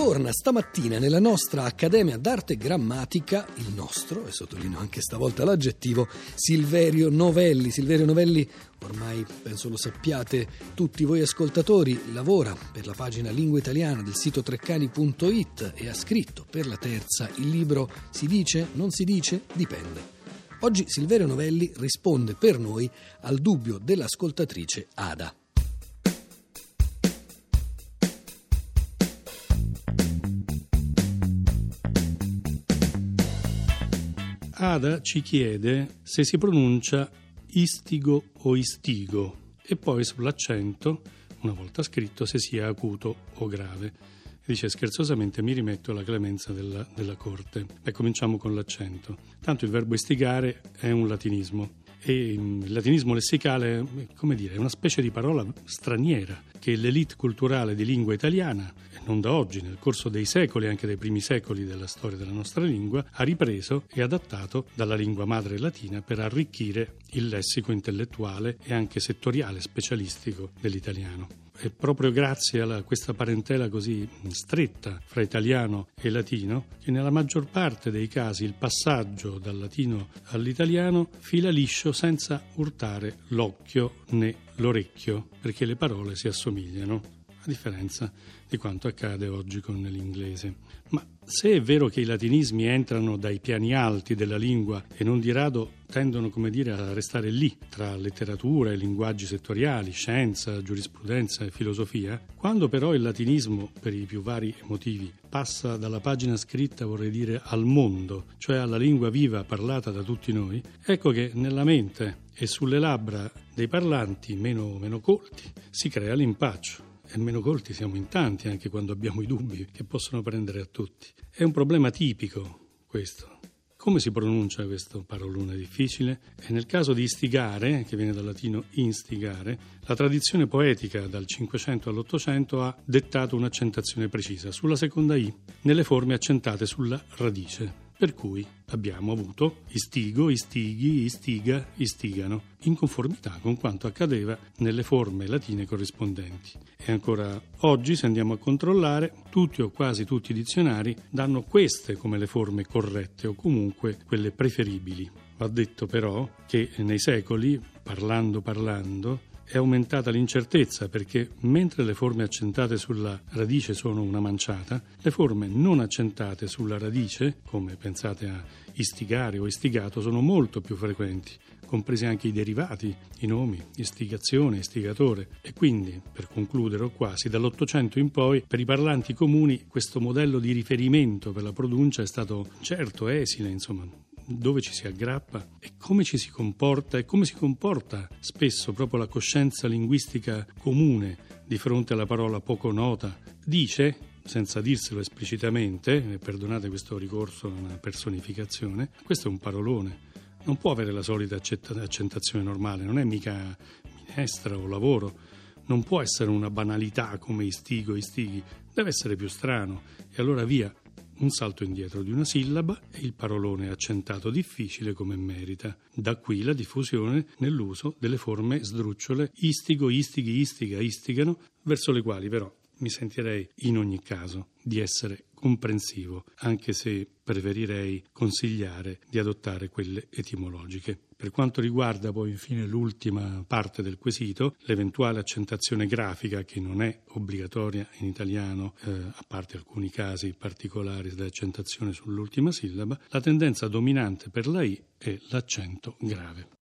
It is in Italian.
Torna stamattina nella nostra Accademia d'Arte e Grammatica il nostro, e sottolineo anche stavolta l'aggettivo, Silverio Novelli. Silverio Novelli, ormai penso lo sappiate tutti voi ascoltatori, lavora per la pagina Lingua Italiana del sito treccani.it e ha scritto per la Terza il libro Si dice? Non si dice? Dipende. Oggi Silverio Novelli risponde per noi al dubbio dell'ascoltatrice Ada. Ada ci chiede se si pronuncia istigo o istigo e poi sull'accento, una volta scritto, se sia acuto o grave. Dice scherzosamente: mi rimetto alla clemenza della corte. Cominciamo con l'accento. Tanto il verbo istigare è un latinismo e il latinismo lessicale, è una specie di parola straniera che l'elite culturale di lingua italiana, non da oggi, nel corso dei secoli, anche dei primi secoli della storia della nostra lingua, ha ripreso e adattato dalla lingua madre latina per arricchire il lessico intellettuale e anche settoriale, specialistico dell'italiano. È proprio grazie a questa parentela così stretta fra italiano e latino che nella maggior parte dei casi il passaggio dal latino all'italiano fila liscio senza urtare l'occhio né l'orecchio, perché le parole si assomigliano, a differenza di quanto accade oggi con l'inglese. Ma se è vero che i latinismi entrano dai piani alti della lingua e non di rado tendono, a restare lì, tra letteratura e linguaggi settoriali, scienza, giurisprudenza e filosofia, quando però il latinismo, per i più vari motivi, passa dalla pagina scritta, al mondo, cioè alla lingua viva parlata da tutti noi, ecco che nella mente e sulle labbra dei parlanti meno colti si crea l'impaccio. E meno colti siamo in tanti, anche quando abbiamo i dubbi che possono prendere a tutti. È un problema tipico questo. Come si pronuncia questo parolone difficile? E nel caso di istigare, che viene dal latino instigare, la tradizione poetica dal 500 all'800 ha dettato un'accentazione precisa sulla seconda I, nelle forme accentate sulla radice. Per cui abbiamo avuto istigo, istighi, istiga, istigano, in conformità con quanto accadeva nelle forme latine corrispondenti. E ancora oggi, se andiamo a controllare, tutti o quasi tutti i dizionari danno queste come le forme corrette o comunque quelle preferibili. Va detto però che nei secoli, parlando, è aumentata l'incertezza, perché mentre le forme accentate sulla radice sono una manciata, le forme non accentate sulla radice, come pensate a istigare o istigato, sono molto più frequenti, compresi anche i derivati, i nomi, istigazione, istigatore. E quindi, per concludere o quasi, dall'Ottocento in poi, per i parlanti comuni questo modello di riferimento per la pronuncia è stato certo esile, dove ci si aggrappa e come ci si comporta e come si comporta spesso proprio la coscienza linguistica comune di fronte alla parola poco nota. Dice, senza dirselo esplicitamente, perdonate questo ricorso a una personificazione, questo è un parolone, non può avere la solita accentazione normale, non è mica minestra o lavoro, non può essere una banalità come istigo, istighi, deve essere più strano. E allora via, un salto indietro di una sillaba e il parolone accentato difficile come merita. Da qui la diffusione nell'uso delle forme sdrucciole istigo, istighi, istiga, istigano, verso le quali però mi sentirei in ogni caso di essere comprensivo, anche se preferirei consigliare di adottare quelle etimologiche. Per quanto riguarda poi infine l'ultima parte del quesito, l'eventuale accentazione grafica, che non è obbligatoria in italiano, a parte alcuni casi particolari dell'accentazione sull'ultima sillaba, la tendenza dominante per la I è l'accento grave.